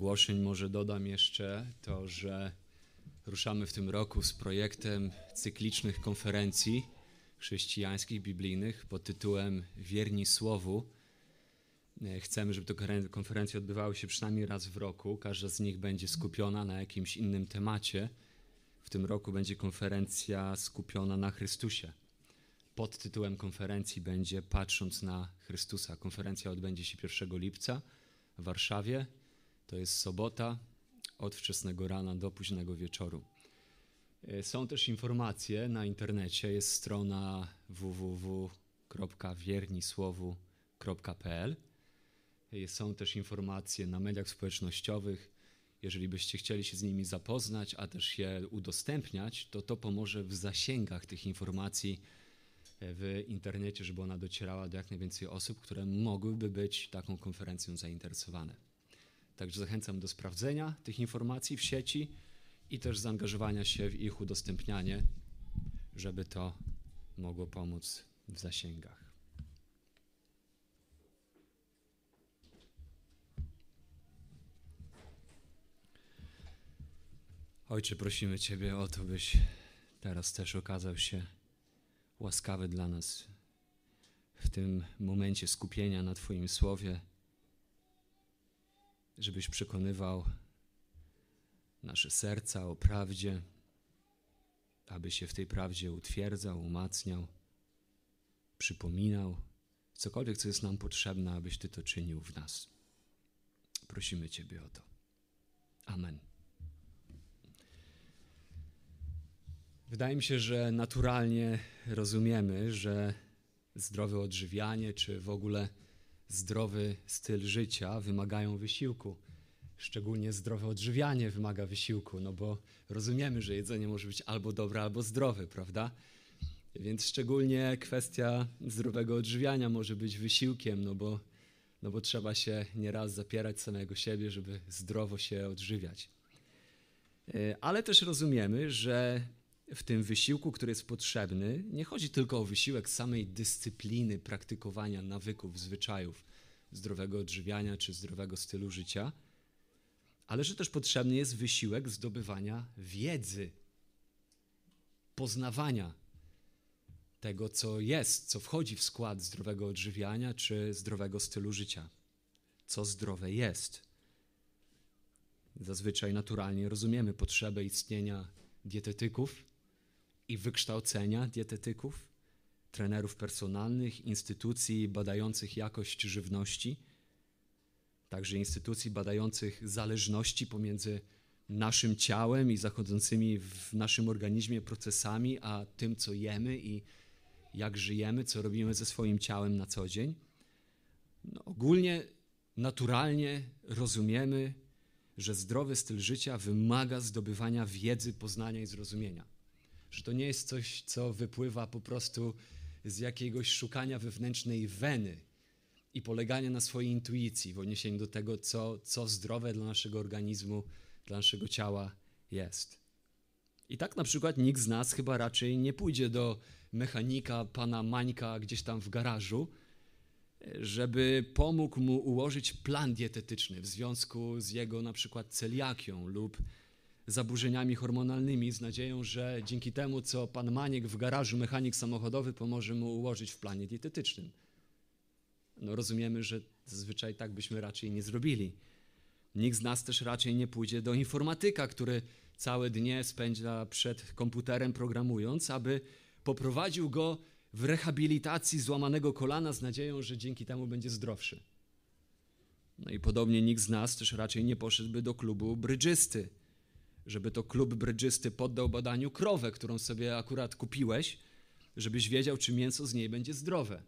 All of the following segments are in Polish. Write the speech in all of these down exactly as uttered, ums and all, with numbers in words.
ogłoszeń może dodam jeszcze to, że ruszamy w tym roku z projektem cyklicznych konferencji chrześcijańskich, biblijnych pod tytułem Wierni Słowu. Chcemy, żeby te konferencje odbywały się przynajmniej raz w roku. Każda z nich będzie skupiona na jakimś innym temacie. W tym roku będzie konferencja skupiona na Chrystusie. Pod tytułem konferencji będzie Patrząc na Chrystusa. Konferencja odbędzie się pierwszego lipca w Warszawie. To jest sobota, od wczesnego rana do późnego wieczoru. Są też informacje na internecie, jest strona w w w kropka wiernisłowu kropka p l. Są też informacje na mediach społecznościowych. Jeżeli byście chcieli się z nimi zapoznać, a też je udostępniać, to to pomoże w zasięgach tych informacji w internecie, żeby ona docierała do jak najwięcej osób, które mogłyby być taką konferencją zainteresowane. Także zachęcam do sprawdzenia tych informacji w sieci i też zaangażowania się w ich udostępnianie, żeby to mogło pomóc w zasięgach. Ojcze, prosimy Ciebie o to, byś teraz też okazał się łaskawy dla nas w tym momencie skupienia na Twoim Słowie, żebyś przekonywał nasze serca o prawdzie, aby się w tej prawdzie utwierdzał, umacniał, przypominał, cokolwiek, co jest nam potrzebne, abyś Ty to czynił w nas. Prosimy Ciebie o to. Amen. Wydaje mi się, że naturalnie rozumiemy, że zdrowe odżywianie, czy w ogóle zdrowy styl życia wymagają wysiłku. Szczególnie zdrowe odżywianie wymaga wysiłku, no bo rozumiemy, że jedzenie może być albo dobre, albo zdrowe, prawda? Więc szczególnie kwestia zdrowego odżywiania może być wysiłkiem, no bo, no bo trzeba się nieraz zapierać samego siebie, żeby zdrowo się odżywiać. Ale też rozumiemy, że w tym wysiłku, który jest potrzebny, nie chodzi tylko o wysiłek samej dyscypliny praktykowania nawyków, zwyczajów zdrowego odżywiania czy zdrowego stylu życia, ale że też potrzebny jest wysiłek zdobywania wiedzy, poznawania tego, co jest, co wchodzi w skład zdrowego odżywiania czy zdrowego stylu życia. Co zdrowe jest. Zazwyczaj naturalnie rozumiemy potrzebę istnienia dietetyków i wykształcenia dietetyków, trenerów personalnych, instytucji badających jakość żywności, także instytucji badających zależności pomiędzy naszym ciałem i zachodzącymi w naszym organizmie procesami, a tym, co jemy i jak żyjemy, co robimy ze swoim ciałem na co dzień. No, ogólnie, naturalnie rozumiemy, że zdrowy styl życia wymaga zdobywania wiedzy, poznania i zrozumienia. Że to nie jest coś, co wypływa po prostu z jakiegoś szukania wewnętrznej weny i polegania na swojej intuicji w odniesieniu do tego, co, co zdrowe dla naszego organizmu, dla naszego ciała jest. I tak na przykład nikt z nas chyba raczej nie pójdzie do mechanika, pana Mańka gdzieś tam w garażu, żeby pomógł mu ułożyć plan dietetyczny w związku z jego na przykład celiakią lub zaburzeniami hormonalnymi, z nadzieją, że dzięki temu, co pan Maniek w garażu, mechanik samochodowy, pomoże mu ułożyć w planie dietetycznym. No rozumiemy, że zazwyczaj tak byśmy raczej nie zrobili. Nikt z nas też raczej nie pójdzie do informatyka, który całe dnie spędza przed komputerem programując, aby poprowadził go w rehabilitacji złamanego kolana z nadzieją, że dzięki temu będzie zdrowszy. No i podobnie nikt z nas też raczej nie poszedłby do klubu brydżysty, żeby to klub brydżysty poddał badaniu krowę, którą sobie akurat kupiłeś, żebyś wiedział, czy mięso z niej będzie zdrowe.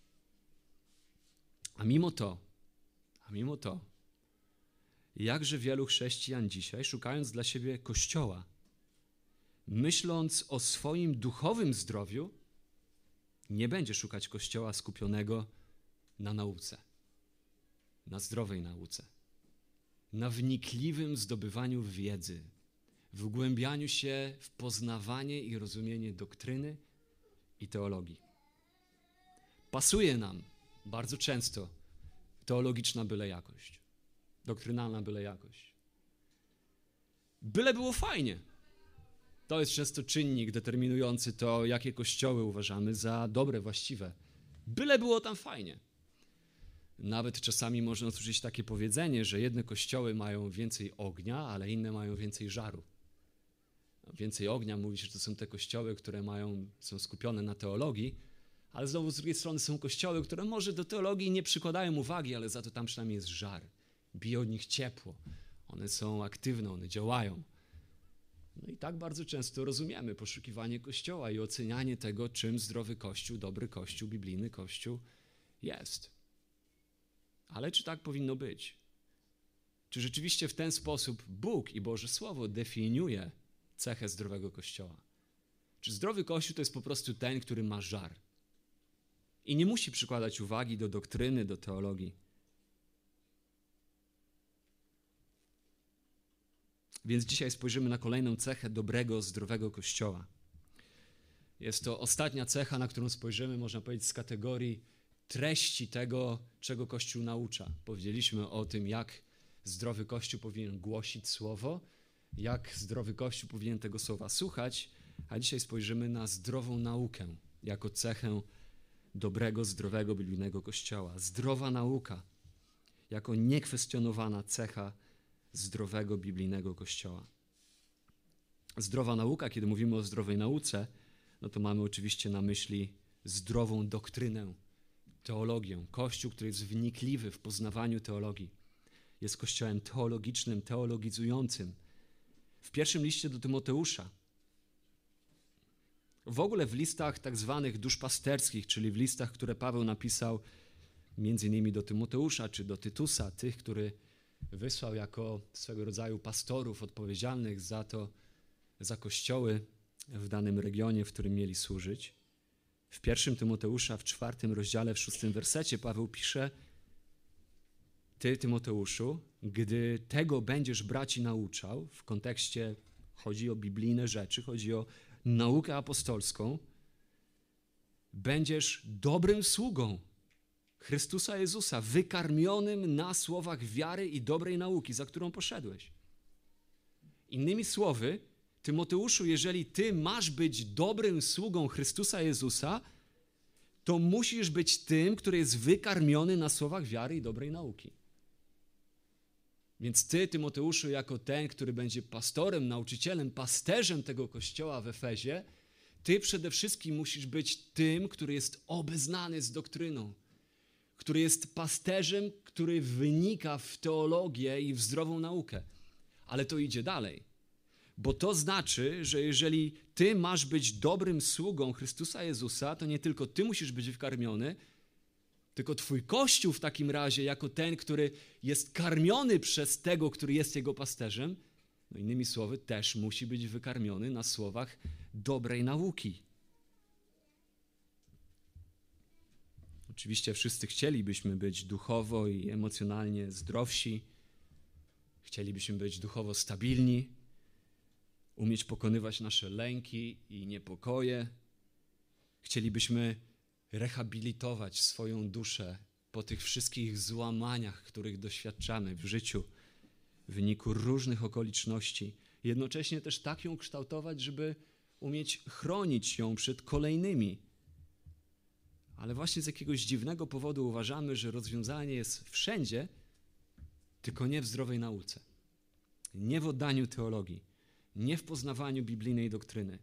A mimo to, a mimo to, jakże wielu chrześcijan dzisiaj, szukając dla siebie Kościoła, myśląc o swoim duchowym zdrowiu, nie będzie szukać Kościoła skupionego na nauce, na zdrowej nauce, na wnikliwym zdobywaniu wiedzy, w wgłębianiu się w poznawanie i rozumienie doktryny i teologii. Pasuje nam bardzo często teologiczna byle jakość. Doktrynalna byle jakość. Byle było fajnie. To jest często czynnik determinujący to, jakie kościoły uważamy za dobre, właściwe. Byle było tam fajnie. Nawet czasami można usłyszeć takie powiedzenie, że jedne kościoły mają więcej ognia, ale inne mają więcej żaru. Więcej ognia mówi się, że to są te kościoły, które mają, są skupione na teologii, ale znowu z drugiej strony są kościoły, które może do teologii nie przykładają uwagi, ale za to tam przynajmniej jest żar. Bije od nich ciepło. One są aktywne, one działają. No i tak bardzo często rozumiemy poszukiwanie Kościoła i ocenianie tego, czym zdrowy Kościół, dobry Kościół, biblijny Kościół jest. Ale czy tak powinno być? Czy rzeczywiście w ten sposób Bóg i Boże Słowo definiuje cechę zdrowego Kościoła? Czy zdrowy Kościół to jest po prostu ten, który ma żar i nie musi przykładać uwagi do doktryny, do teologii? Więc dzisiaj spojrzymy na kolejną cechę dobrego, zdrowego Kościoła. Jest to ostatnia cecha, na którą spojrzymy, można powiedzieć, z kategorii treści tego, czego Kościół naucza. Powiedzieliśmy o tym, jak zdrowy Kościół powinien głosić Słowo, jak zdrowy Kościół powinien tego Słowa słuchać, a dzisiaj spojrzymy na zdrową naukę jako cechę dobrego, zdrowego, biblijnego Kościoła. Zdrowa nauka jako niekwestionowana cecha zdrowego, biblijnego Kościoła. Zdrowa nauka, kiedy mówimy o zdrowej nauce, no to mamy oczywiście na myśli zdrową doktrynę, teologię. Kościół, który jest wnikliwy w poznawaniu teologii. Jest kościołem teologicznym, teologizującym. W pierwszym liście do Tymoteusza, w ogóle w listach tak zwanych duszpasterskich, czyli w listach, które Paweł napisał między innymi do Tymoteusza czy do Tytusa, tych, który wysłał jako swego rodzaju pastorów odpowiedzialnych za to, za kościoły w danym regionie, w którym mieli służyć. W pierwszym Tymoteusza, w czwartym rozdziale, w szóstym wersecie Paweł pisze: Ty, Tymoteuszu, gdy tego będziesz braci nauczał, w kontekście chodzi o biblijne rzeczy, chodzi o naukę apostolską, będziesz dobrym sługą Chrystusa Jezusa, wykarmionym na słowach wiary i dobrej nauki, za którą poszedłeś. Innymi słowy, Tymoteuszu, jeżeli ty masz być dobrym sługą Chrystusa Jezusa, to musisz być tym, który jest wykarmiony na słowach wiary i dobrej nauki. Więc ty, Tymoteuszu, jako ten, który będzie pastorem, nauczycielem, pasterzem tego kościoła w Efezie, ty przede wszystkim musisz być tym, który jest obeznany z doktryną, który jest pasterzem, który wynika w teologię i w zdrową naukę. Ale to idzie dalej, bo to znaczy, że jeżeli ty masz być dobrym sługą Chrystusa Jezusa, to nie tylko ty musisz być wykarmiony, tylko twój Kościół w takim razie, jako ten, który jest karmiony przez tego, który jest jego pasterzem, no innymi słowy, też musi być wykarmiony na słowach dobrej nauki. Oczywiście wszyscy chcielibyśmy być duchowo i emocjonalnie zdrowsi, chcielibyśmy być duchowo stabilni, umieć pokonywać nasze lęki i niepokoje. Chcielibyśmy rehabilitować swoją duszę po tych wszystkich złamaniach, których doświadczamy w życiu w wyniku różnych okoliczności. Jednocześnie też tak ją kształtować, żeby umieć chronić ją przed kolejnymi. Ale właśnie z jakiegoś dziwnego powodu uważamy, że rozwiązanie jest wszędzie, tylko nie w zdrowej nauce. Nie w oddaniu teologii, nie w poznawaniu biblijnej doktryny.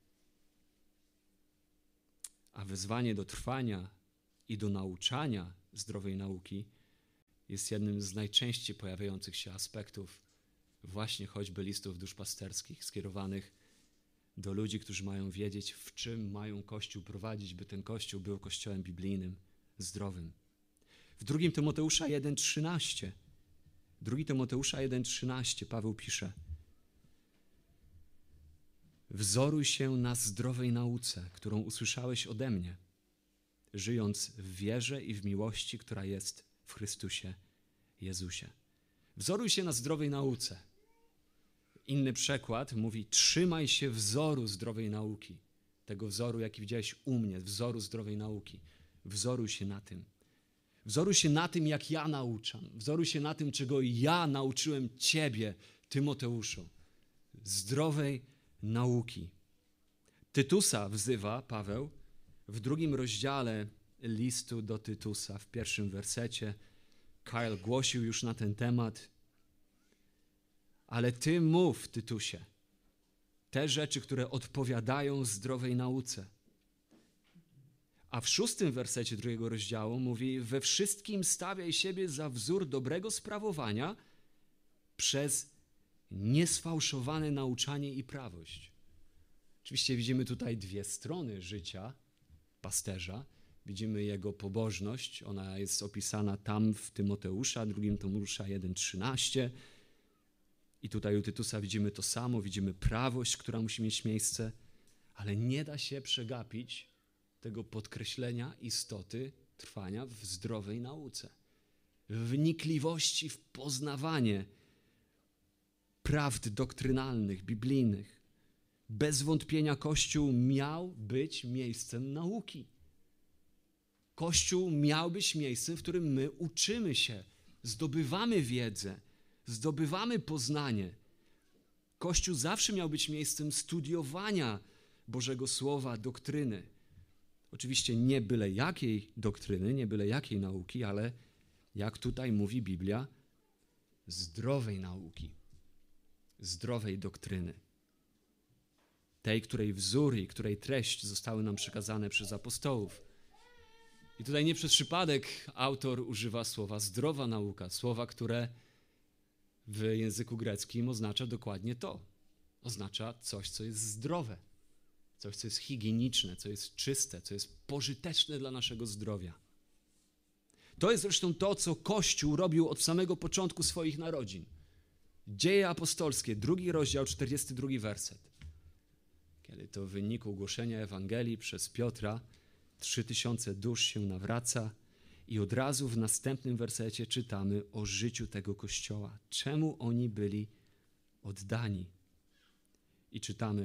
A wezwanie do trwania i do nauczania zdrowej nauki jest jednym z najczęściej pojawiających się aspektów właśnie choćby listów duszpasterskich skierowanych do ludzi, którzy mają wiedzieć, w czym mają Kościół prowadzić, by ten Kościół był Kościołem biblijnym, zdrowym. W drugim Tymoteusza jeden trzynaście, drugi Tymoteusza jeden trzynaście Paweł pisze: Wzoruj się na zdrowej nauce, którą usłyszałeś ode mnie, żyjąc w wierze i w miłości, która jest w Chrystusie Jezusie. Wzoruj się na zdrowej nauce. Inny przekład mówi: trzymaj się wzoru zdrowej nauki. Tego wzoru, jaki widziałeś u mnie, wzoru zdrowej nauki. Wzoruj się na tym. Wzoruj się na tym, jak ja nauczam. Wzoruj się na tym, czego ja nauczyłem ciebie, Tymoteuszu. Zdrowej nauki. Tytusa wzywa Paweł w drugim rozdziale listu do Tytusa, w pierwszym wersecie. Kyle głosił już na ten temat. Ale ty mów, Tytusie, te rzeczy, które odpowiadają zdrowej nauce. A w szóstym wersecie drugiego rozdziału mówi: we wszystkim stawiaj siebie za wzór dobrego sprawowania przez niesfałszowane nauczanie i prawość. Oczywiście widzimy tutaj dwie strony życia pasterza. Widzimy jego pobożność, ona jest opisana tam w Tymoteusza, drugim Tymoteusza jeden trzynaście. I tutaj u Tytusa widzimy to samo, widzimy prawość, która musi mieć miejsce, ale nie da się przegapić tego podkreślenia istoty trwania w zdrowej nauce. W wnikliwości, w poznawanie prawd doktrynalnych, biblijnych. Bez wątpienia Kościół miał być miejscem nauki. Kościół miał być miejscem, w którym my uczymy się, zdobywamy wiedzę, zdobywamy poznanie. Kościół zawsze miał być miejscem studiowania Bożego Słowa, doktryny. Oczywiście nie byle jakiej doktryny, nie byle jakiej nauki, ale jak tutaj mówi Biblia, zdrowej nauki, zdrowej doktryny. Tej, której wzór i której treść zostały nam przekazane przez apostołów. I tutaj nie przez przypadek autor używa słowa zdrowa nauka, słowa, które w języku greckim oznacza dokładnie to. Oznacza coś, co jest zdrowe, coś, co jest higieniczne, co jest czyste, co jest pożyteczne dla naszego zdrowia. To jest zresztą to, co Kościół robił od samego początku swoich narodzin. Dzieje apostolskie, drugi rozdział, czterdziesty drugi werset. Kiedy to w wyniku głoszenia Ewangelii przez Piotra trzy tysiące dusz się nawraca i od razu w następnym wersecie czytamy o życiu tego Kościoła. Czemu oni byli oddani? I czytamy: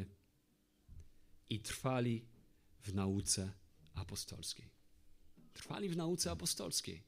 i trwali w nauce apostolskiej. Trwali w nauce apostolskiej.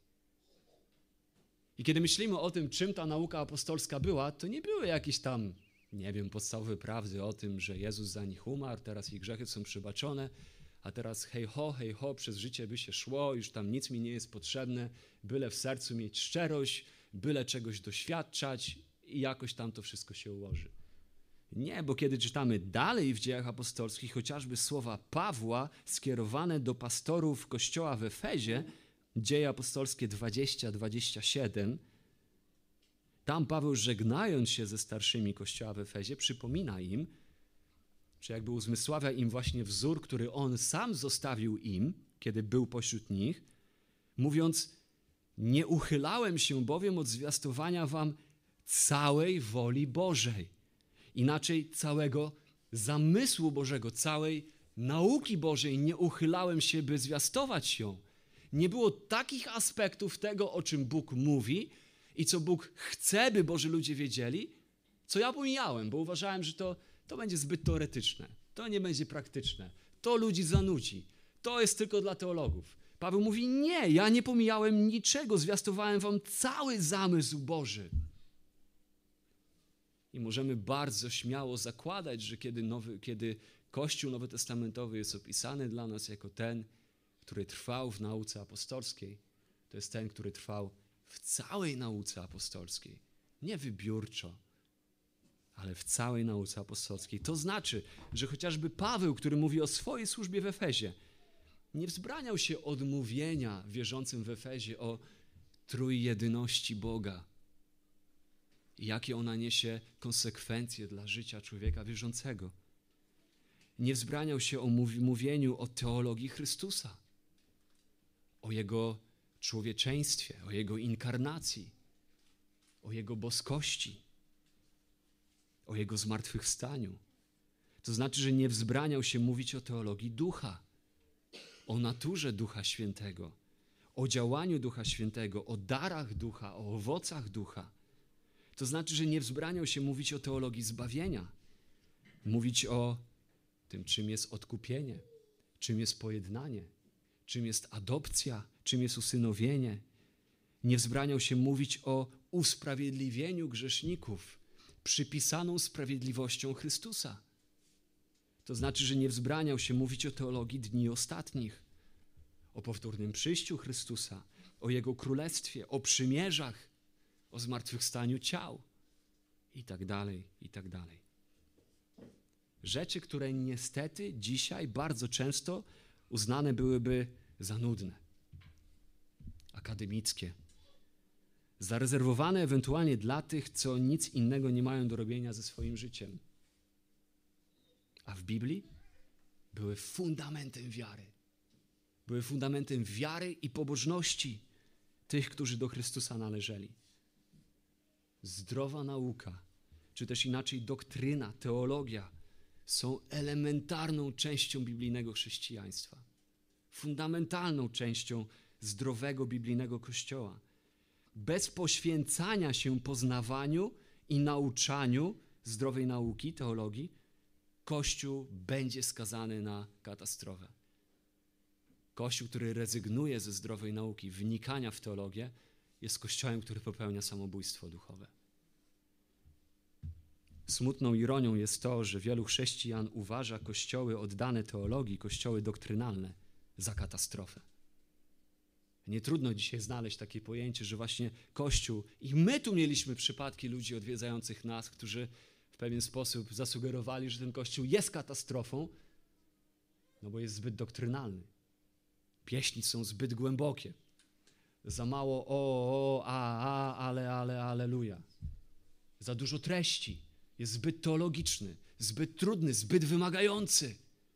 I kiedy myślimy o tym, czym ta nauka apostolska była, to nie były jakieś tam, nie wiem, podstawowe prawdy o tym, że Jezus za nich umarł, teraz ich grzechy są przebaczone, a teraz hej ho, hej ho, przez życie by się szło, już tam nic mi nie jest potrzebne, byle w sercu mieć szczerość, byle czegoś doświadczać i jakoś tam to wszystko się ułoży. Nie, bo kiedy czytamy dalej w Dziejach Apostolskich, chociażby słowa Pawła skierowane do pastorów kościoła w Efezie, Dzieje Apostolskie dwadzieścia dwadzieścia siedem, tam Paweł, żegnając się ze starszymi kościoła w Efezie, przypomina im, czy jakby uzmysławia im właśnie wzór, który on sam zostawił im, kiedy był pośród nich, mówiąc: nie uchylałem się bowiem od zwiastowania wam całej woli Bożej. Inaczej całego zamysłu Bożego, całej nauki Bożej nie uchylałem się, by zwiastować ją. Nie było takich aspektów tego, o czym Bóg mówi i co Bóg chce, by Boży ludzie wiedzieli, co ja pomijałem, bo uważałem, że to, to będzie zbyt teoretyczne, to nie będzie praktyczne, to ludzi zanudzi, to jest tylko dla teologów. Paweł mówi: nie, ja nie pomijałem niczego, zwiastowałem wam cały zamysł Boży. I możemy bardzo śmiało zakładać, że kiedy, nowy, kiedy Kościół nowotestamentowy jest opisany dla nas jako ten, który trwał w nauce apostolskiej, to jest ten, który trwał w całej nauce apostolskiej. Nie wybiórczo, ale w całej nauce apostolskiej. To znaczy, że chociażby Paweł, który mówi o swojej służbie w Efezie, nie wzbraniał się od mówienia wierzącym w Efezie o trójjedyności Boga i jakie ona niesie konsekwencje dla życia człowieka wierzącego. Nie wzbraniał się o mówieniu o teologii Chrystusa, o Jego człowieczeństwie, o Jego inkarnacji, o Jego boskości, o Jego zmartwychwstaniu. To znaczy, że nie wzbraniał się mówić o teologii Ducha, o naturze Ducha Świętego, o działaniu Ducha Świętego, o darach Ducha, o owocach Ducha. To znaczy, że nie wzbraniał się mówić o teologii zbawienia, mówić o tym, czym jest odkupienie, czym jest pojednanie, czym jest adopcja, czym jest usynowienie, nie wzbraniał się mówić o usprawiedliwieniu grzeszników przypisaną sprawiedliwością Chrystusa. To znaczy, że nie wzbraniał się mówić o teologii dni ostatnich, o powtórnym przyjściu Chrystusa, o Jego królestwie, o przymierzach, o zmartwychwstaniu ciał i tak dalej, i tak dalej. Rzeczy, które niestety dzisiaj bardzo często uznane byłyby za nudne, akademickie, zarezerwowane ewentualnie dla tych, co nic innego nie mają do robienia ze swoim życiem. A w Biblii były fundamentem wiary. Były fundamentem wiary i pobożności tych, którzy do Chrystusa należeli. Zdrowa nauka, czy też inaczej doktryna, teologia są elementarną częścią biblijnego chrześcijaństwa. Fundamentalną częścią zdrowego biblijnego Kościoła. Bez poświęcania się poznawaniu i nauczaniu zdrowej nauki, teologii, Kościół będzie skazany na katastrofę. Kościół, który rezygnuje ze zdrowej nauki, wnikania w teologię, jest kościołem, który popełnia samobójstwo duchowe. Smutną ironią jest to, że wielu chrześcijan uważa kościoły oddane teologii, kościoły doktrynalne za katastrofę. Nie trudno dzisiaj znaleźć takie pojęcie, że właśnie Kościół, i my tu mieliśmy przypadki ludzi odwiedzających nas, którzy w pewien sposób zasugerowali, że ten Kościół jest katastrofą, no bo jest zbyt doktrynalny. Pieśni są zbyt głębokie. Za mało o, o, a, a, ale, ale, aleluja. Za dużo treści. Jest zbyt teologiczny, zbyt trudny, zbyt wymagający.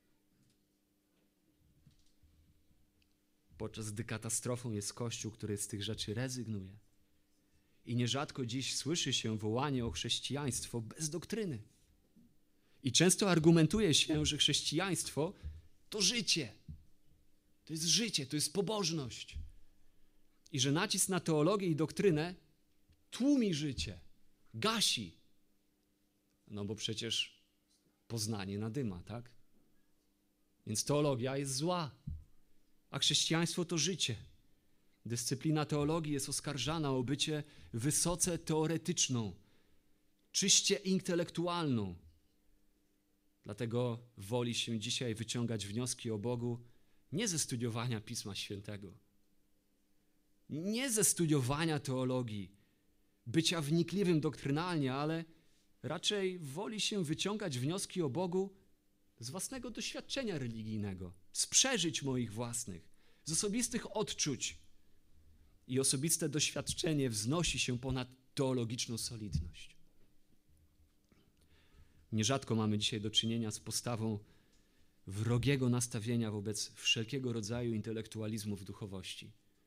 Podczas gdy katastrofą jest Kościół, który z tych rzeczy rezygnuje. I nierzadko dziś słyszy się wołanie o chrześcijaństwo bez doktryny. I często argumentuje się, że chrześcijaństwo to życie. To jest życie, to jest pobożność. I że nacisk na teologię i doktrynę tłumi życie, gasi. No bo przecież poznanie nadyma, tak? Więc teologia jest zła, a chrześcijaństwo to życie. Dyscyplina teologii jest oskarżana o bycie wysoce teoretyczną, czyście intelektualną. Dlatego woli się dzisiaj wyciągać wnioski o Bogu nie ze studiowania Pisma Świętego, nie ze studiowania teologii, bycia wnikliwym doktrynalnie, ale raczej woli się wyciągać wnioski o Bogu z własnego doświadczenia religijnego, z przeżyć moich własnych, z osobistych odczuć. I osobiste doświadczenie wznosi się ponad teologiczną solidność. Nierzadko mamy dzisiaj do czynienia z postawą wrogiego nastawienia wobec wszelkiego rodzaju intelektualizmu w duchowości.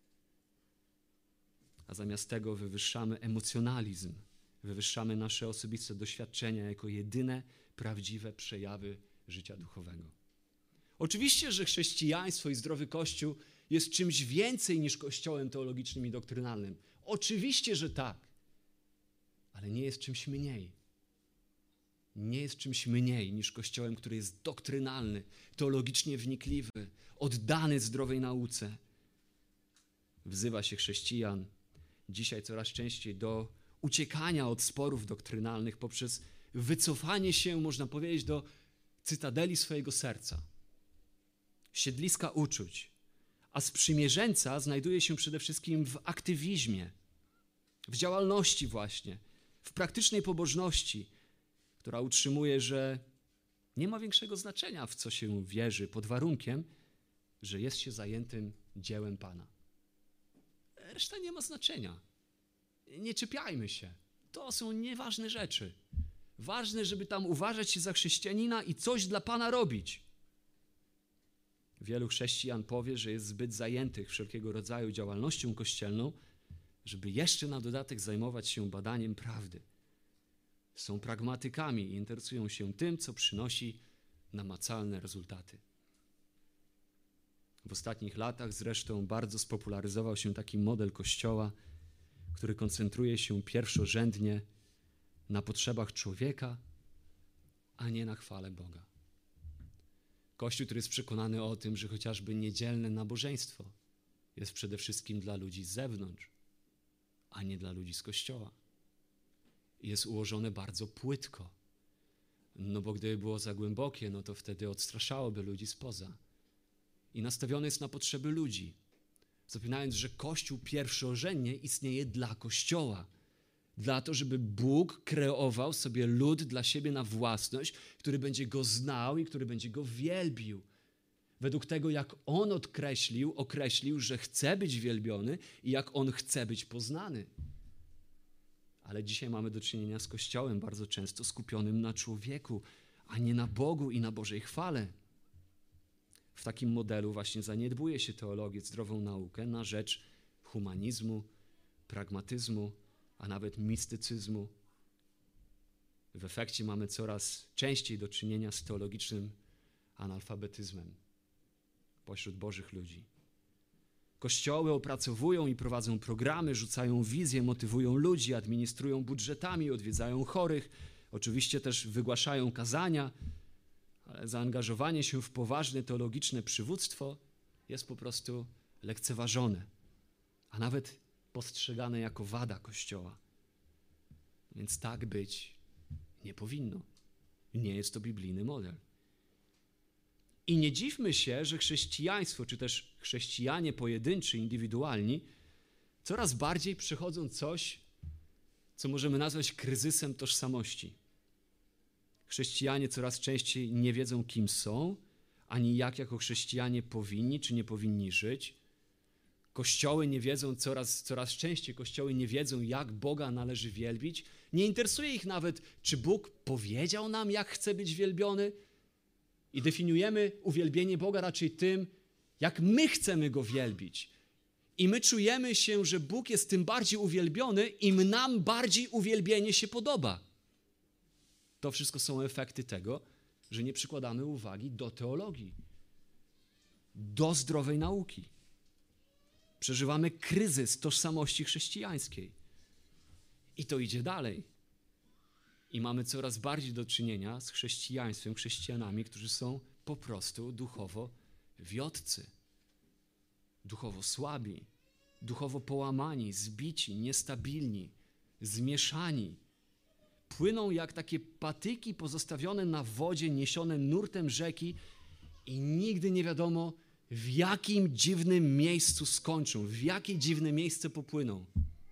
A zamiast tego wywyższamy emocjonalizm, wywyższamy nasze osobiste doświadczenia jako jedyne prawdziwe przejawy życia duchowego. Oczywiście, że chrześcijaństwo i zdrowy Kościół jest czymś więcej niż kościołem teologicznym i doktrynalnym. Oczywiście, że tak, ale nie jest czymś mniej. Nie jest czymś mniej niż kościołem, który jest doktrynalny, teologicznie wnikliwy, oddany zdrowej nauce. Wzywa się chrześcijan dzisiaj coraz częściej do uciekania od sporów doktrynalnych poprzez wycofanie się, można powiedzieć, do cytadeli swojego serca, siedliska uczuć, a sprzymierzeńca znajduje się przede wszystkim w aktywizmie, w działalności właśnie, w praktycznej pobożności, która utrzymuje, że nie ma większego znaczenia, w co się wierzy, pod warunkiem, że jest się zajętym dziełem Pana. Reszta nie ma znaczenia. Nie czepiajmy się. To są nieważne rzeczy. Ważne, żeby tam uważać się za chrześcijanina i coś dla Pana robić. Wielu chrześcijan powie, że jest zbyt zajętych wszelkiego rodzaju działalnością kościelną, żeby jeszcze na dodatek zajmować się badaniem prawdy. Są pragmatykami i interesują się tym, co przynosi namacalne rezultaty. W ostatnich latach zresztą bardzo spopularyzował się taki model Kościoła, który koncentruje się pierwszorzędnie na potrzebach człowieka, a nie na chwale Boga. Kościół, który jest przekonany o tym, że chociażby niedzielne nabożeństwo jest przede wszystkim dla ludzi z zewnątrz, a nie dla ludzi z Kościoła. Jest ułożone bardzo płytko. No bo gdyby było za głębokie, no to wtedy odstraszałoby ludzi spoza. I nastawione jest na potrzeby ludzi, zapominając, że Kościół pierwszorzędnie istnieje dla Kościoła. Dla to, żeby Bóg kreował sobie lud dla siebie na własność, który będzie Go znał i który będzie Go wielbił. Według tego, jak On odkreślił, określił, że chce być wielbiony i jak On chce być poznany. Ale dzisiaj mamy do czynienia z Kościołem bardzo często skupionym na człowieku, a nie na Bogu i na Bożej chwale. W takim modelu właśnie zaniedbuje się teologię, zdrową naukę na rzecz humanizmu, pragmatyzmu, a nawet mistycyzmu. W efekcie mamy coraz częściej do czynienia z teologicznym analfabetyzmem pośród Bożych ludzi. Kościoły opracowują i prowadzą programy, rzucają wizje, motywują ludzi, administrują budżetami, odwiedzają chorych, oczywiście też wygłaszają kazania, ale zaangażowanie się w poważne teologiczne przywództwo jest po prostu lekceważone, a nawet postrzegane jako wada Kościoła. Więc tak być nie powinno. Nie jest to biblijny model. I nie dziwmy się, że chrześcijaństwo, czy też chrześcijanie pojedynczy, indywidualni, coraz bardziej przechodzą coś, co możemy nazwać kryzysem tożsamości. Chrześcijanie coraz częściej nie wiedzą, kim są, ani jak jako chrześcijanie powinni, czy nie powinni żyć. Kościoły nie wiedzą, coraz, coraz częściej kościoły nie wiedzą, jak Boga należy wielbić. Nie interesuje ich nawet, czy Bóg powiedział nam, jak chce być wielbiony. I definiujemy uwielbienie Boga raczej tym, jak my chcemy Go wielbić. I my czujemy się, że Bóg jest tym bardziej uwielbiony, im nam bardziej uwielbienie się podoba. To wszystko są efekty tego, że nie przykładamy uwagi do teologii, do zdrowej nauki. Przeżywamy kryzys tożsamości chrześcijańskiej. I to idzie dalej. I mamy coraz bardziej do czynienia z chrześcijaństwem, chrześcijanami, którzy są po prostu duchowo wiotcy, duchowo słabi, duchowo połamani, zbici, niestabilni, zmieszani. Płyną jak takie patyki pozostawione na wodzie, niesione nurtem rzeki i nigdy nie wiadomo, w jakim dziwnym miejscu skończą, w jakie dziwne miejsce popłyną.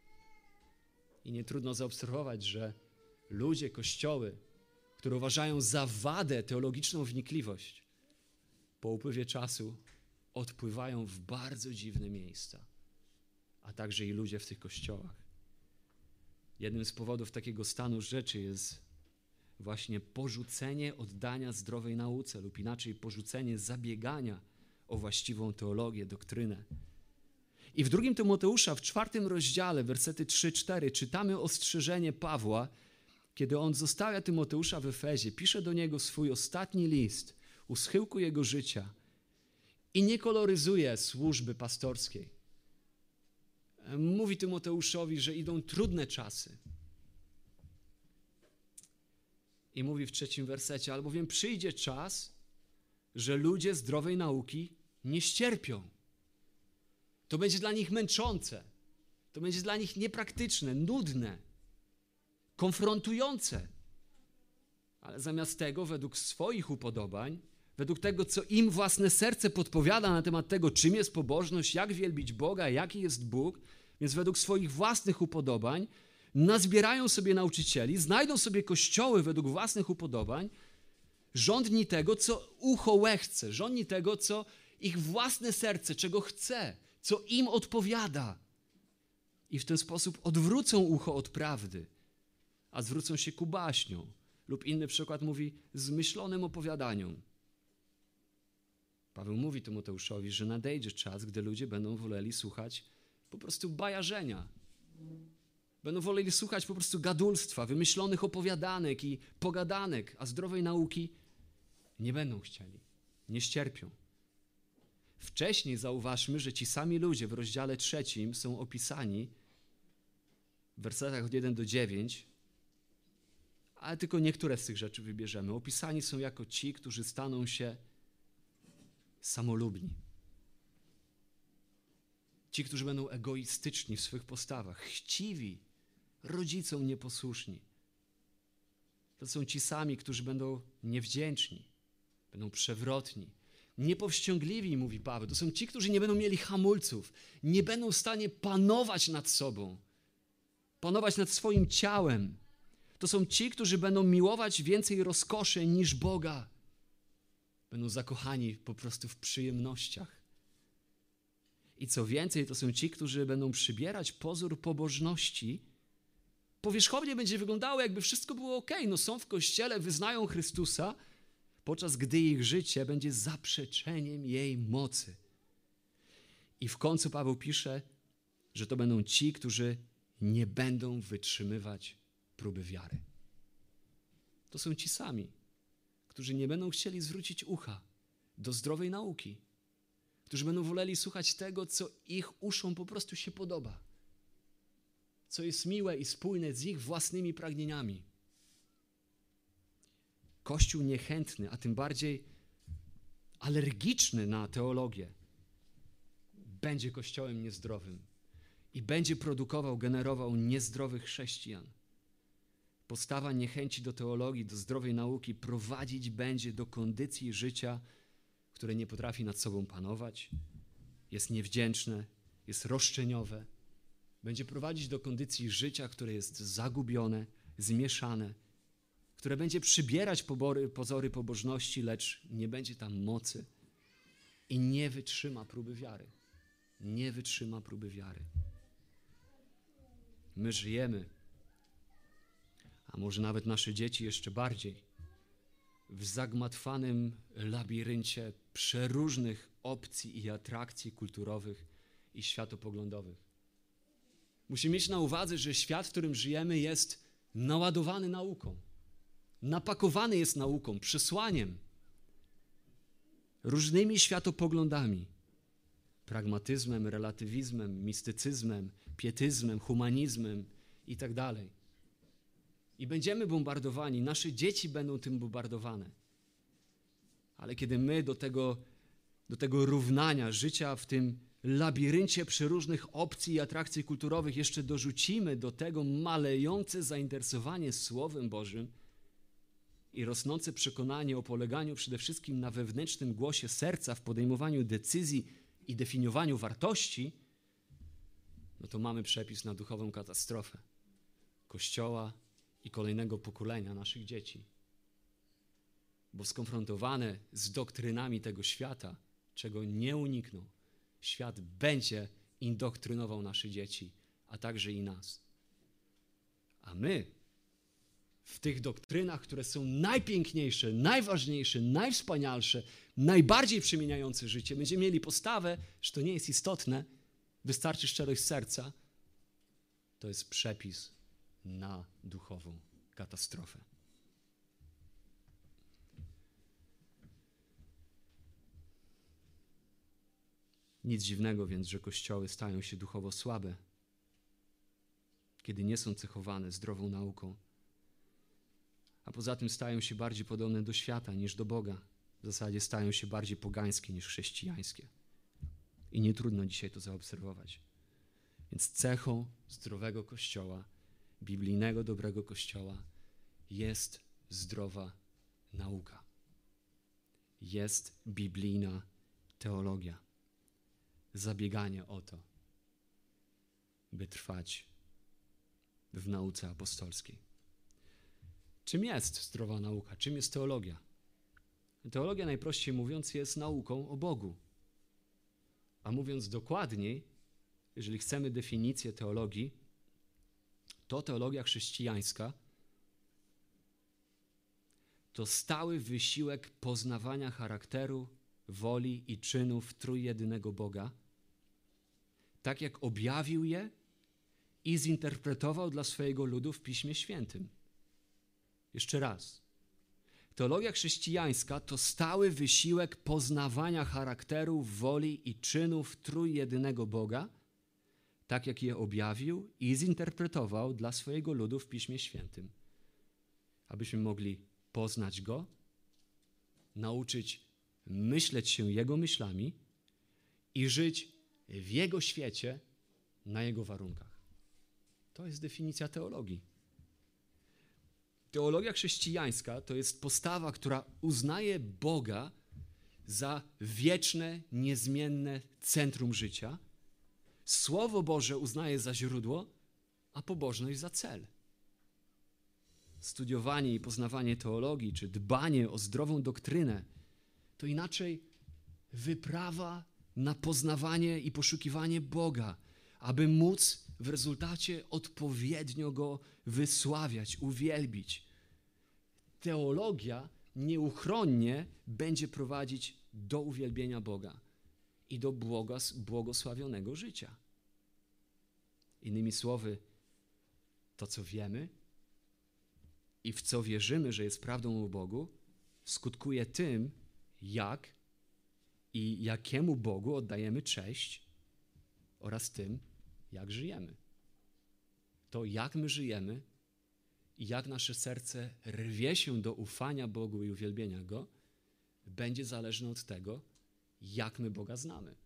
I nie trudno zaobserwować, że ludzie, kościoły, które uważają za wadę teologiczną wnikliwość, po upływie czasu odpływają w bardzo dziwne miejsca, a także i ludzie w tych kościołach. Jednym z powodów takiego stanu rzeczy jest właśnie porzucenie oddania zdrowej nauce lub inaczej porzucenie zabiegania o właściwą teologię, doktrynę. I w drugim Tymoteusza, w czwartym rozdziale, wersety trzy cztery, czytamy ostrzeżenie Pawła, kiedy on zostawia Tymoteusza w Efezie, pisze do niego swój ostatni list u schyłku jego życia i nie koloryzuje służby pastorskiej. Mówi Tymoteuszowi, że idą trudne czasy. I mówi w trzecim wersecie, albowiem przyjdzie czas, że ludzie zdrowej nauki nie ścierpią. To będzie dla nich męczące. To będzie dla nich niepraktyczne, nudne, konfrontujące. Ale zamiast tego, według swoich upodobań, według tego, co im własne serce podpowiada na temat tego, czym jest pobożność, jak wielbić Boga, jaki jest Bóg, więc według swoich własnych upodobań nazbierają sobie nauczycieli, znajdą sobie kościoły według własnych upodobań, żądni tego, co ucho łechce, żądni tego, co ich własne serce, czego chce, co im odpowiada. I w ten sposób odwrócą ucho od prawdy, a zwrócą się ku baśniom. Lub inny przykład mówi zmyślonym opowiadaniom. Paweł mówi Tymoteuszowi, że nadejdzie czas, gdy ludzie będą woleli słuchać po prostu bajarzenia. Będą woleli słuchać po prostu gadulstwa, wymyślonych opowiadanek i pogadanek, a zdrowej nauki nie będą chcieli, nie ścierpią. Wcześniej zauważmy, że ci sami ludzie w rozdziale trzecim są opisani w wersetach od jeden do dziewięć, ale tylko niektóre z tych rzeczy wybierzemy. Opisani są jako ci, którzy staną się samolubni. Ci, którzy będą egoistyczni w swych postawach, chciwi, rodzicom nieposłuszni. To są ci sami, którzy będą niewdzięczni, będą przewrotni, niepowściągliwi, mówi Paweł. To są ci, którzy nie będą mieli hamulców, nie będą w stanie panować nad sobą, panować nad swoim ciałem. To są ci, którzy będą miłować więcej rozkoszy niż Boga. Będą zakochani po prostu w przyjemnościach. I co więcej, to są ci, którzy będą przybierać pozór pobożności. Powierzchownie będzie wyglądało, jakby wszystko było ok. No są w kościele, wyznają Chrystusa, podczas gdy ich życie będzie zaprzeczeniem jej mocy. I w końcu Paweł pisze, że to będą ci, którzy nie będą wytrzymywać próby wiary. To są ci sami, którzy nie będą chcieli zwrócić ucha do zdrowej nauki, którzy będą woleli słuchać tego, co ich uszom po prostu się podoba, co jest miłe i spójne z ich własnymi pragnieniami. Kościół niechętny, a tym bardziej alergiczny na teologię, będzie kościołem niezdrowym i będzie produkował, generował niezdrowych chrześcijan. Postawa niechęci do teologii, do zdrowej nauki prowadzić będzie do kondycji życia, które nie potrafi nad sobą panować, jest niewdzięczne, jest roszczeniowe. Będzie prowadzić do kondycji życia, które jest zagubione, zmieszane, które będzie przybierać pobory, pozory pobożności, lecz nie będzie tam mocy i nie wytrzyma próby wiary. Nie wytrzyma próby wiary. My żyjemy, a może nawet nasze dzieci jeszcze bardziej, w zagmatwanym labiryncie przeróżnych opcji i atrakcji kulturowych i światopoglądowych. Musimy mieć na uwadze, że świat, w którym żyjemy, jest naładowany nauką. Napakowany jest nauką, przesłaniem, różnymi światopoglądami, pragmatyzmem, relatywizmem, mistycyzmem, pietyzmem, humanizmem i tak dalej. I będziemy bombardowani, nasze dzieci będą tym bombardowane. Ale kiedy my do tego, do tego równania życia w tym labiryncie przeróżnych opcji i atrakcji kulturowych jeszcze dorzucimy do tego malejące zainteresowanie Słowem Bożym i rosnące przekonanie o poleganiu przede wszystkim na wewnętrznym głosie serca w podejmowaniu decyzji i definiowaniu wartości, no to mamy przepis na duchową katastrofę Kościoła i kolejnego pokolenia naszych dzieci. Bo skonfrontowane z doktrynami tego świata, czego nie unikną, świat będzie indoktrynował nasze dzieci, a także i nas. A my w tych doktrynach, które są najpiękniejsze, najważniejsze, najwspanialsze, najbardziej przemieniające życie, będziemy mieli postawę, że to nie jest istotne, wystarczy szczerość serca. To jest przepis na duchową katastrofę. Nic dziwnego więc, że kościoły stają się duchowo słabe, kiedy nie są cechowane zdrową nauką, a poza tym stają się bardziej podobne do świata niż do Boga. W zasadzie stają się bardziej pogańskie niż chrześcijańskie. I nie trudno dzisiaj to zaobserwować. Więc cechą zdrowego Kościoła, biblijnego, dobrego Kościoła jest zdrowa nauka. Jest biblijna teologia. Zabieganie o to, by trwać w nauce apostolskiej. Czym jest zdrowa nauka? Czym jest teologia? Teologia, najprościej mówiąc, jest nauką o Bogu. A mówiąc dokładniej, jeżeli chcemy definicję teologii, to teologia chrześcijańska to stały wysiłek poznawania charakteru, woli i czynów trójjedynego Boga, tak jak objawił je i zinterpretował dla swojego ludu w Piśmie Świętym. Jeszcze raz. Teologia chrześcijańska to stały wysiłek poznawania charakteru, woli i czynów trójjedynego Boga, tak jak je objawił i zinterpretował dla swojego ludu w Piśmie Świętym. Abyśmy mogli poznać Go, nauczyć myśleć się Jego myślami i żyć w Jego świecie, na Jego warunkach. To jest definicja teologii. Teologia chrześcijańska to jest postawa, która uznaje Boga za wieczne, niezmienne centrum życia. Słowo Boże uznaje za źródło, a pobożność za cel. Studiowanie i poznawanie teologii, czy dbanie o zdrową doktrynę, to inaczej wyprawa na poznawanie i poszukiwanie Boga, aby móc w rezultacie odpowiednio Go wysławiać, uwielbić. Teologia nieuchronnie będzie prowadzić do uwielbienia Boga i do błogosławionego życia. Innymi słowy, to co wiemy i w co wierzymy, że jest prawdą o Bogu, skutkuje tym, jak i jakiemu Bogu oddajemy cześć oraz tym, jak żyjemy. To, jak my żyjemy i jak nasze serce rwie się do ufania Bogu i uwielbienia Go, będzie zależne od tego, jak my Boga znamy.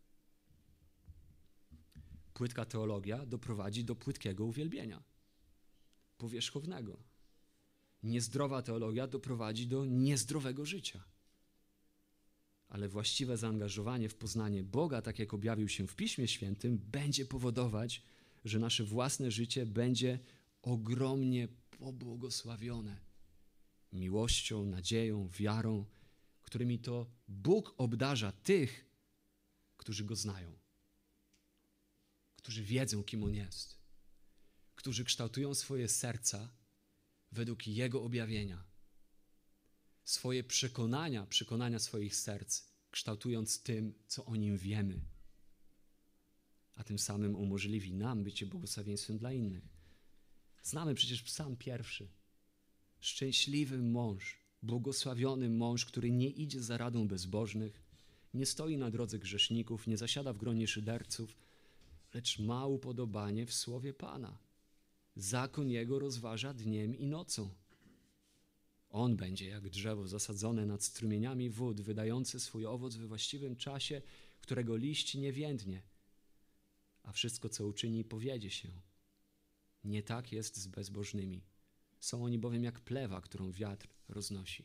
Płytka teologia doprowadzi do płytkiego uwielbienia, powierzchownego. Niezdrowa teologia doprowadzi do niezdrowego życia. Ale właściwe zaangażowanie w poznanie Boga, tak jak objawił się w Piśmie Świętym, będzie powodować, że nasze własne życie będzie ogromnie pobłogosławione miłością, nadzieją, wiarą, którymi to Bóg obdarza tych, którzy Go znają, którzy wiedzą, kim On jest, którzy kształtują swoje serca według Jego objawienia, swoje przekonania, przekonania swoich serc, kształtując tym, co o Nim wiemy, a tym samym umożliwi nam bycie błogosławieństwem dla innych. Znamy przecież Psalm pierwszy. Szczęśliwy mąż, błogosławiony mąż, który nie idzie za radą bezbożnych, nie stoi na drodze grzeszników, nie zasiada w gronie szyderców, lecz ma upodobanie w słowie Pana. Zakon Jego rozważa dniem i nocą. On będzie jak drzewo zasadzone nad strumieniami wód, wydające swój owoc we właściwym czasie, którego liść nie więdnie, a wszystko, co uczyni, powiedzie się. Nie tak jest z bezbożnymi. Są oni bowiem jak plewa, którą wiatr roznosi.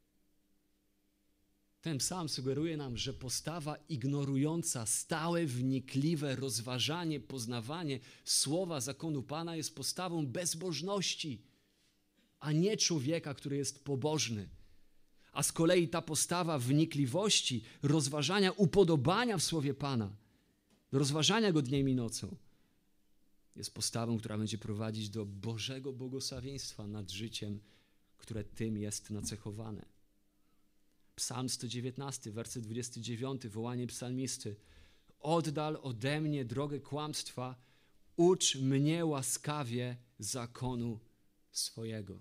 Ten psalm sugeruje nam, że postawa ignorująca stałe, wnikliwe rozważanie, poznawanie słowa zakonu Pana jest postawą bezbożności, a nie człowieka, który jest pobożny. A z kolei ta postawa wnikliwości, rozważania, upodobania w słowie Pana, rozważania go dniem i nocą, jest postawą, która będzie prowadzić do Bożego błogosławieństwa nad życiem, które tym jest nacechowane. Psalm sto dziewiętnasty, werset dwudziesty dziewiąty, wołanie psalmisty. Oddal ode mnie drogę kłamstwa, ucz mnie łaskawie zakonu swojego.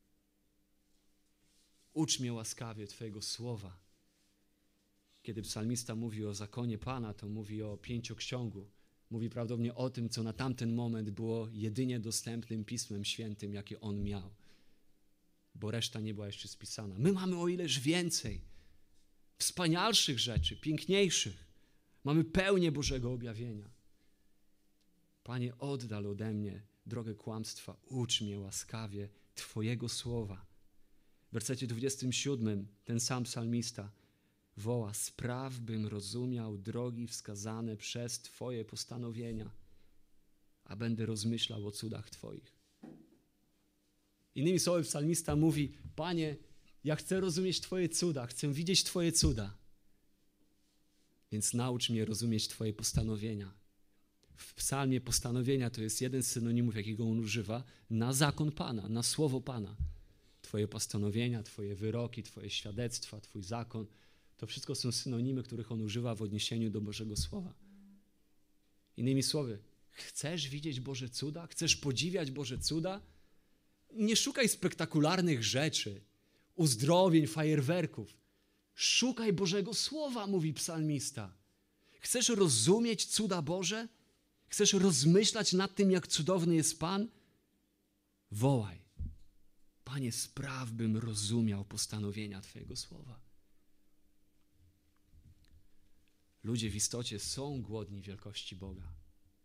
Ucz mnie łaskawie Twojego słowa. Kiedy psalmista mówi o zakonie Pana, to mówi o pięcioksiągu. Mówi prawdopodobnie o tym, co na tamten moment było jedynie dostępnym Pismem Świętym, jakie on miał. Bo reszta nie była jeszcze spisana. My mamy o ileż więcej wspanialszych rzeczy, piękniejszych. Mamy pełnię Bożego objawienia. Panie, oddal ode mnie drogę kłamstwa, ucz mnie łaskawie Twojego słowa. W wersecie dwudziestym siódmym ten sam psalmista woła, spraw, bym rozumiał drogi wskazane przez Twoje postanowienia, a będę rozmyślał o cudach Twoich. Innymi słowy psalmista mówi, Panie, ja chcę rozumieć Twoje cuda, chcę widzieć Twoje cuda, więc naucz mnie rozumieć Twoje postanowienia. W psalmie postanowienia to jest jeden z synonimów, jakiego on używa, na zakon Pana, na słowo Pana. Twoje postanowienia, Twoje wyroki, Twoje świadectwa, Twój zakon, to wszystko są synonimy, których on używa w odniesieniu do Bożego Słowa. Innymi słowy, chcesz widzieć Boże cuda? Chcesz podziwiać Boże cuda? Nie szukaj spektakularnych rzeczy, uzdrowień, fajerwerków. Szukaj Bożego Słowa, mówi psalmista. Chcesz rozumieć cuda Boże? Chcesz rozmyślać nad tym, jak cudowny jest Pan? Wołaj. Panie, spraw, bym rozumiał postanowienia Twojego Słowa. Ludzie w istocie są głodni wielkości Boga.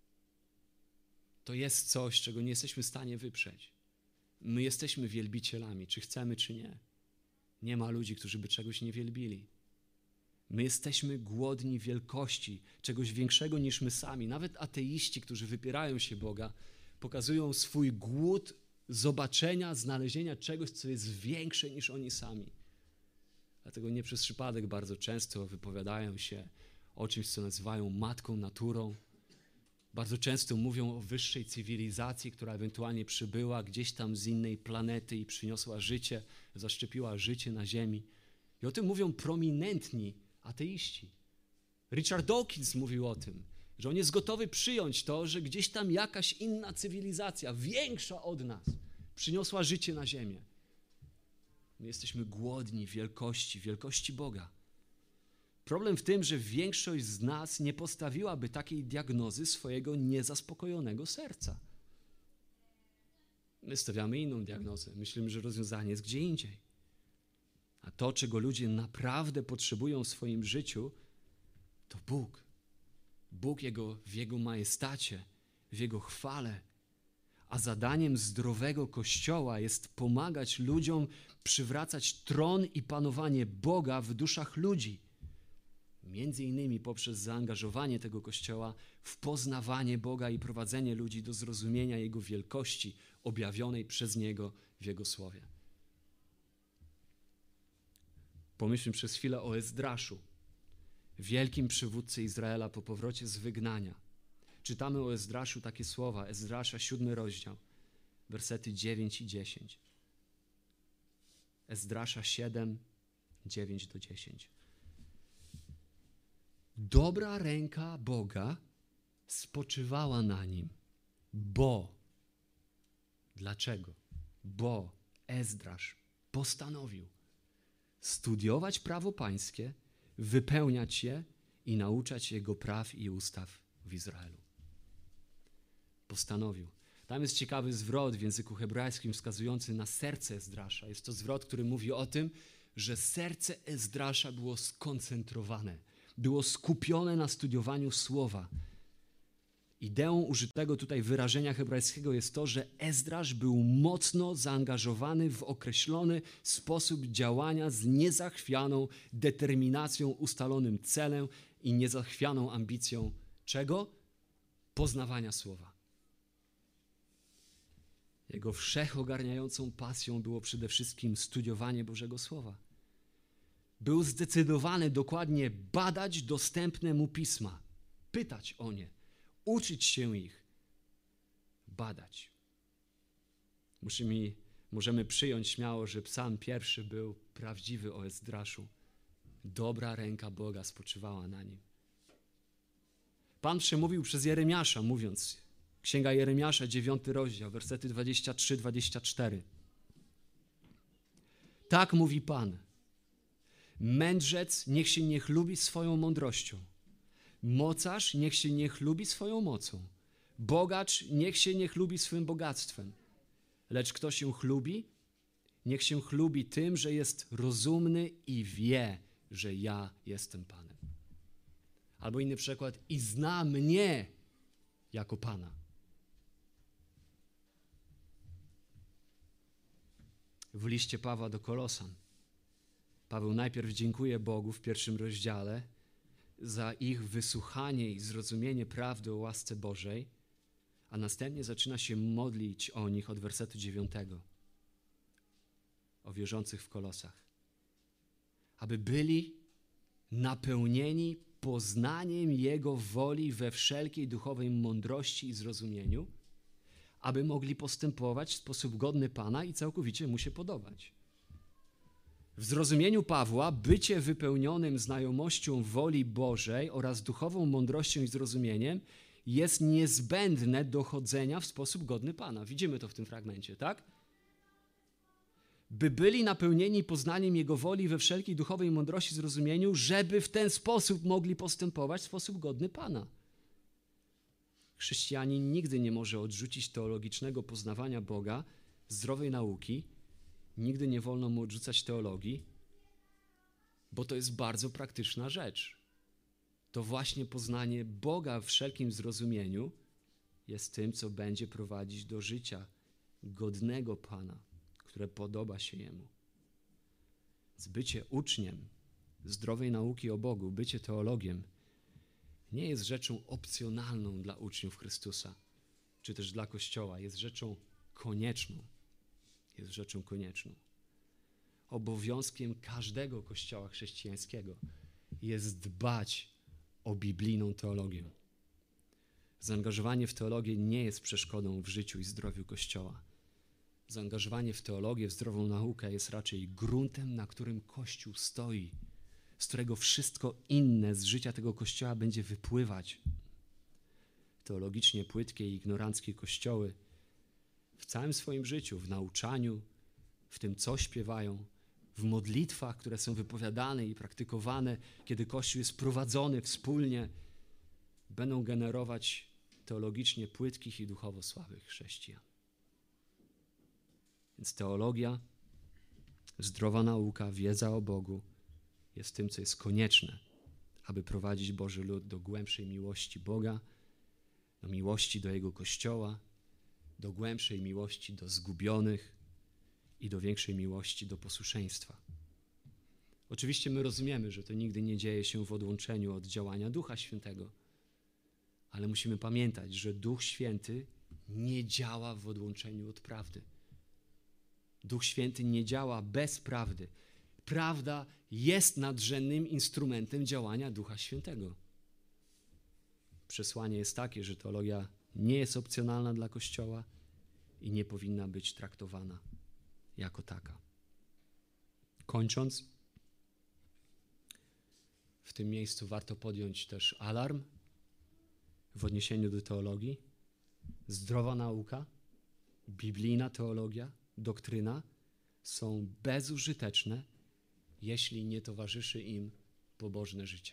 To jest coś, czego nie jesteśmy w stanie wyprzeć. My jesteśmy wielbicielami, czy chcemy, czy nie. Nie ma ludzi, którzy by czegoś nie wielbili. My jesteśmy głodni wielkości, czegoś większego niż my sami. Nawet ateiści, którzy wypierają się Boga, pokazują swój głód zobaczenia, znalezienia czegoś, co jest większe niż oni sami. Dlatego nie przez przypadek bardzo często wypowiadają się o czymś, co nazywają matką naturą. Bardzo często mówią o wyższej cywilizacji, która ewentualnie przybyła gdzieś tam z innej planety i przyniosła życie, zaszczepiła życie na Ziemi. I o tym mówią prominentni ateiści. Richard Dawkins mówił o tym, że on jest gotowy przyjąć to, że gdzieś tam jakaś inna cywilizacja, większa od nas, przyniosła życie na Ziemię. My jesteśmy głodni wielkości, wielkości Boga. Problem w tym, że większość z nas nie postawiłaby takiej diagnozy swojego niezaspokojonego serca. My stawiamy inną diagnozę. Myślimy, że rozwiązanie jest gdzie indziej. A to, czego ludzie naprawdę potrzebują w swoim życiu, to Bóg. Bóg jego, w Jego majestacie, w Jego chwale. A zadaniem zdrowego Kościoła jest pomagać ludziom przywracać tron i panowanie Boga w duszach ludzi. Między innymi poprzez zaangażowanie tego Kościoła w poznawanie Boga i prowadzenie ludzi do zrozumienia Jego wielkości objawionej przez Niego w Jego Słowie. Pomyślmy przez chwilę o Ezdraszu, wielkim przywódcy Izraela po powrocie z wygnania. Czytamy o Ezdraszu takie słowa, Ezdrasza, siódmy rozdział, wersety dziewięć i dziesięć. Ezdrasza siedem, dziewięć do dziesięć. Dobra ręka Boga spoczywała na nim, bo, dlaczego? Bo Ezdrasz postanowił studiować prawo pańskie, wypełniać je i nauczać jego praw i ustaw w Izraelu. Postanowił. Tam jest ciekawy zwrot w języku hebrajskim wskazujący na serce Ezdrasza. Jest to zwrot, który mówi o tym, że serce Ezdrasza było skoncentrowane, było skupione na studiowaniu słowa. Ideą użytego tutaj wyrażenia hebrajskiego jest to, że Ezdrasz był mocno zaangażowany w określony sposób działania z niezachwianą determinacją, ustalonym celem i niezachwianą ambicją czego? Poznawania słowa. Jego wszechogarniającą pasją było przede wszystkim studiowanie Bożego Słowa. Był zdecydowany dokładnie badać dostępne mu pisma, pytać o nie, uczyć się ich, badać. Musimy, możemy przyjąć śmiało, że psalm pierwszy był prawdziwy o Ezdraszu. Dobra ręka Boga spoczywała na nim. Pan przemówił przez Jeremiasza, mówiąc, Księga Jeremiasza, dziewiąty rozdział, wersety dwadzieścia trzy do dwudziestego czwartego. Tak mówi Pan. Mędrzec niech się nie chlubi swoją mądrością. Mocarz niech się nie chlubi swoją mocą. Bogacz niech się nie chlubi swym bogactwem. Lecz kto się chlubi, niech się chlubi tym, że jest rozumny i wie, że ja jestem Panem. Albo inny przykład, i zna mnie jako Pana. W liście Pawła do Kolosan Paweł najpierw dziękuje Bogu w pierwszym rozdziale za ich wysłuchanie i zrozumienie prawdy o łasce Bożej, a następnie zaczyna się modlić o nich od wersetu dziewiątego, o wierzących w Kolosach, aby byli napełnieni poznaniem Jego woli we wszelkiej duchowej mądrości i zrozumieniu, aby mogli postępować w sposób godny Pana i całkowicie Mu się podobać. W zrozumieniu Pawła bycie wypełnionym znajomością woli Bożej oraz duchową mądrością i zrozumieniem jest niezbędne do chodzenia w sposób godny Pana. Widzimy to w tym fragmencie, tak? By byli napełnieni poznaniem Jego woli we wszelkiej duchowej mądrości i zrozumieniu, żeby w ten sposób mogli postępować w sposób godny Pana. Chrześcijanin nigdy nie może odrzucić teologicznego poznawania Boga, zdrowej nauki. Nigdy nie wolno mu odrzucać teologii, bo to jest bardzo praktyczna rzecz. to właśnie poznanie Boga w wszelkim zrozumieniu jest tym, co będzie prowadzić do życia godnego Pana, które podoba się Jemu. Bycie uczniem zdrowej nauki o Bogu, bycie teologiem nie jest rzeczą opcjonalną dla uczniów Chrystusa, czy też dla Kościoła. Jest rzeczą konieczną. Jest rzeczą konieczną. Obowiązkiem każdego Kościoła chrześcijańskiego jest dbać o biblijną teologię. Zaangażowanie w teologię nie jest przeszkodą w życiu i zdrowiu Kościoła. Zaangażowanie w teologię, w zdrową naukę jest raczej gruntem, na którym Kościół stoi, z którego wszystko inne z życia tego Kościoła będzie wypływać. Teologicznie płytkie i ignoranckie kościoły w całym swoim życiu, w nauczaniu, w tym, co śpiewają, w modlitwach, które są wypowiadane i praktykowane, kiedy Kościół jest prowadzony wspólnie, będą generować teologicznie płytkich i duchowo słabych chrześcijan. Więc teologia, zdrowa nauka, wiedza o Bogu jest tym, co jest konieczne, aby prowadzić Boży lud do głębszej miłości Boga, do miłości do Jego Kościoła, do głębszej miłości do zgubionych i do większej miłości do posłuszeństwa. Oczywiście my rozumiemy, że to nigdy nie dzieje się w odłączeniu od działania Ducha Świętego, ale musimy pamiętać, że Duch Święty nie działa w odłączeniu od prawdy. Duch Święty nie działa bez prawdy. Prawda jest nadrzędnym instrumentem działania Ducha Świętego. Przesłanie jest takie, że teologia nie jest opcjonalna dla Kościoła i nie powinna być traktowana jako taka. Kończąc, w tym miejscu warto podjąć też alarm w odniesieniu do teologii. Zdrowa nauka, biblijna teologia, doktryna są bezużyteczne, jeśli nie towarzyszy im pobożne życie.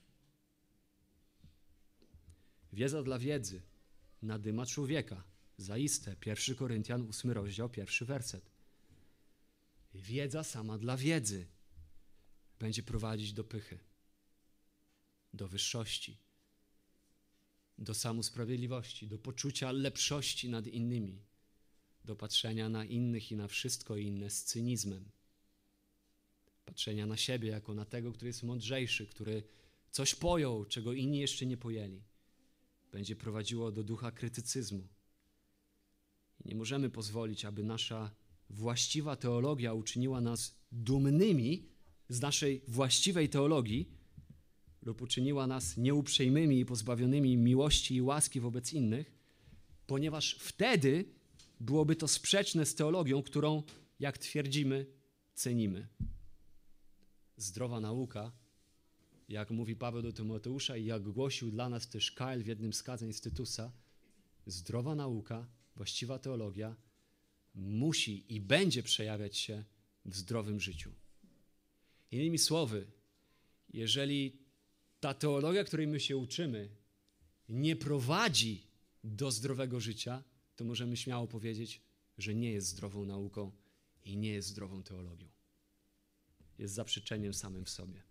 Wiedza dla wiedzy nadyma człowieka. Zaiste, pierwszy Koryntian, ósmy rozdział, pierwszy werset. Wiedza sama dla wiedzy będzie prowadzić do pychy, do wyższości, do samosprawiedliwości, do poczucia lepszości nad innymi, do patrzenia na innych i na wszystko inne z cynizmem. Patrzenia na siebie jako na tego, który jest mądrzejszy, który coś pojął, czego inni jeszcze nie pojęli. Będzie prowadziło do ducha krytycyzmu. I nie możemy pozwolić, aby nasza właściwa teologia uczyniła nas dumnymi z naszej właściwej teologii lub uczyniła nas nieuprzejmymi i pozbawionymi miłości i łaski wobec innych, ponieważ wtedy byłoby to sprzeczne z teologią, którą, jak twierdzimy, cenimy. Zdrowa nauka, jak mówi Paweł do Tymoteusza i jak głosił dla nas też Kyle w jednym z kazań z Tytusa, zdrowa nauka, właściwa teologia musi i będzie przejawiać się w zdrowym życiu. Innymi słowy, jeżeli ta teologia, której my się uczymy, nie prowadzi do zdrowego życia, to możemy śmiało powiedzieć, że nie jest zdrową nauką i nie jest zdrową teologią. Jest zaprzeczeniem samym w sobie.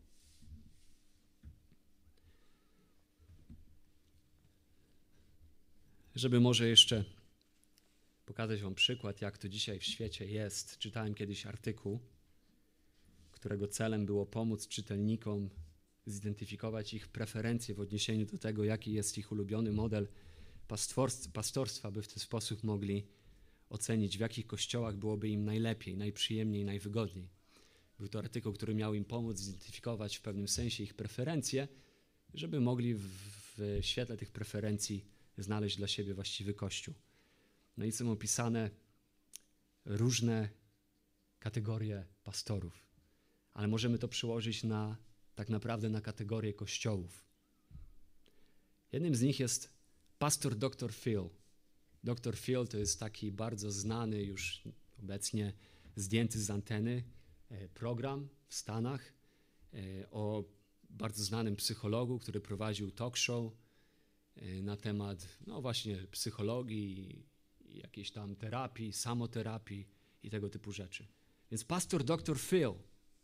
Żeby może jeszcze pokazać wam przykład, jak to dzisiaj w świecie jest. Czytałem kiedyś artykuł, którego celem było pomóc czytelnikom zidentyfikować ich preferencje w odniesieniu do tego, jaki jest ich ulubiony model pastorstwa, by w ten sposób mogli ocenić, w jakich kościołach byłoby im najlepiej, najprzyjemniej, najwygodniej. Był to artykuł, który miał im pomóc zidentyfikować w pewnym sensie ich preferencje, żeby mogli w, w świetle tych preferencji znaleźć dla siebie właściwy kościół. No i są opisane różne kategorie pastorów, ale możemy to przełożyć na, tak naprawdę na kategorie kościołów. Jednym z nich jest pastor doktor Phil. doktor Phil to jest taki bardzo znany, już obecnie zdjęty z anteny program w Stanach o bardzo znanym psychologu, który prowadził talk show na temat, no właśnie, psychologii, jakiejś tam terapii, samoterapii i tego typu rzeczy. Więc pastor doktor Phil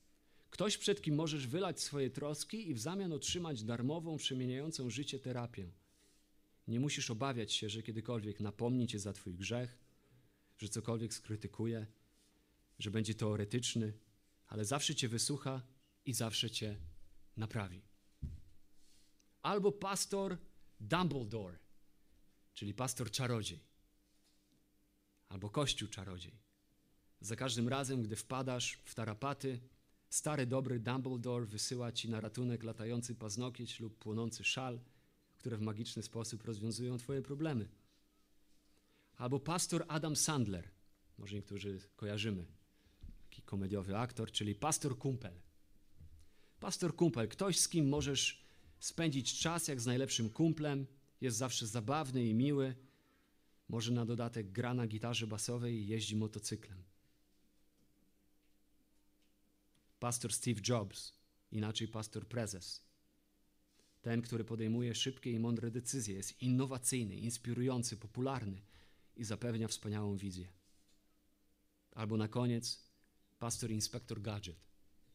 Ktoś, przed kim możesz wylać swoje troski i w zamian otrzymać darmową, przemieniającą życie terapię. Nie musisz obawiać się, że kiedykolwiek napomni cię za twój grzech, że cokolwiek skrytykuje, że będzie teoretyczny, ale zawsze cię wysłucha i zawsze cię naprawi. Albo pastor Dumbledore, czyli pastor czarodziej, albo kościół czarodziej. Za każdym razem, gdy wpadasz w tarapaty, stary, dobry Dumbledore wysyła ci na ratunek latający paznokieć lub płonący szal, które w magiczny sposób rozwiązują twoje problemy. Albo pastor Adam Sandler, może niektórzy kojarzymy, taki komediowy aktor, czyli pastor kumpel. Pastor kumpel, ktoś, z kim możesz spędzić czas jak z najlepszym kumplem, jest zawsze zabawny i miły, może na dodatek gra na gitarze basowej i jeździ motocyklem. Pastor Steve Jobs, inaczej pastor prezes. Ten, który podejmuje szybkie i mądre decyzje, jest innowacyjny, inspirujący, popularny i zapewnia wspaniałą wizję. Albo na koniec pastor inspektor Gadget.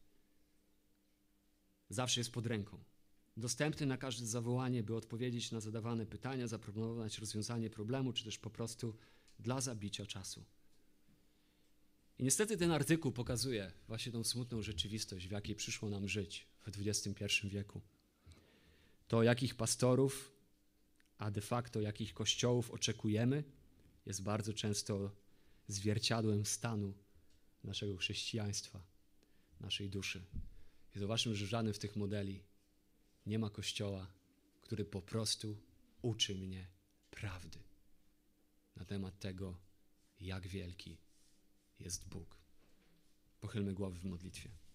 Zawsze jest pod ręką. Dostępny na każde zawołanie, by odpowiedzieć na zadawane pytania, zaproponować rozwiązanie problemu, czy też po prostu dla zabicia czasu. I niestety ten artykuł pokazuje właśnie tą smutną rzeczywistość, w jakiej przyszło nam żyć w dwudziestym pierwszym wieku. To, jakich pastorów, a de facto jakich kościołów oczekujemy, jest bardzo często zwierciadłem stanu naszego chrześcijaństwa, naszej duszy. I zobaczmy, że żaden z tych modeli nie ma kościoła, który po prostu uczy mnie prawdy na temat tego, jak wielki jest Bóg. Pochylmy głowy w modlitwie.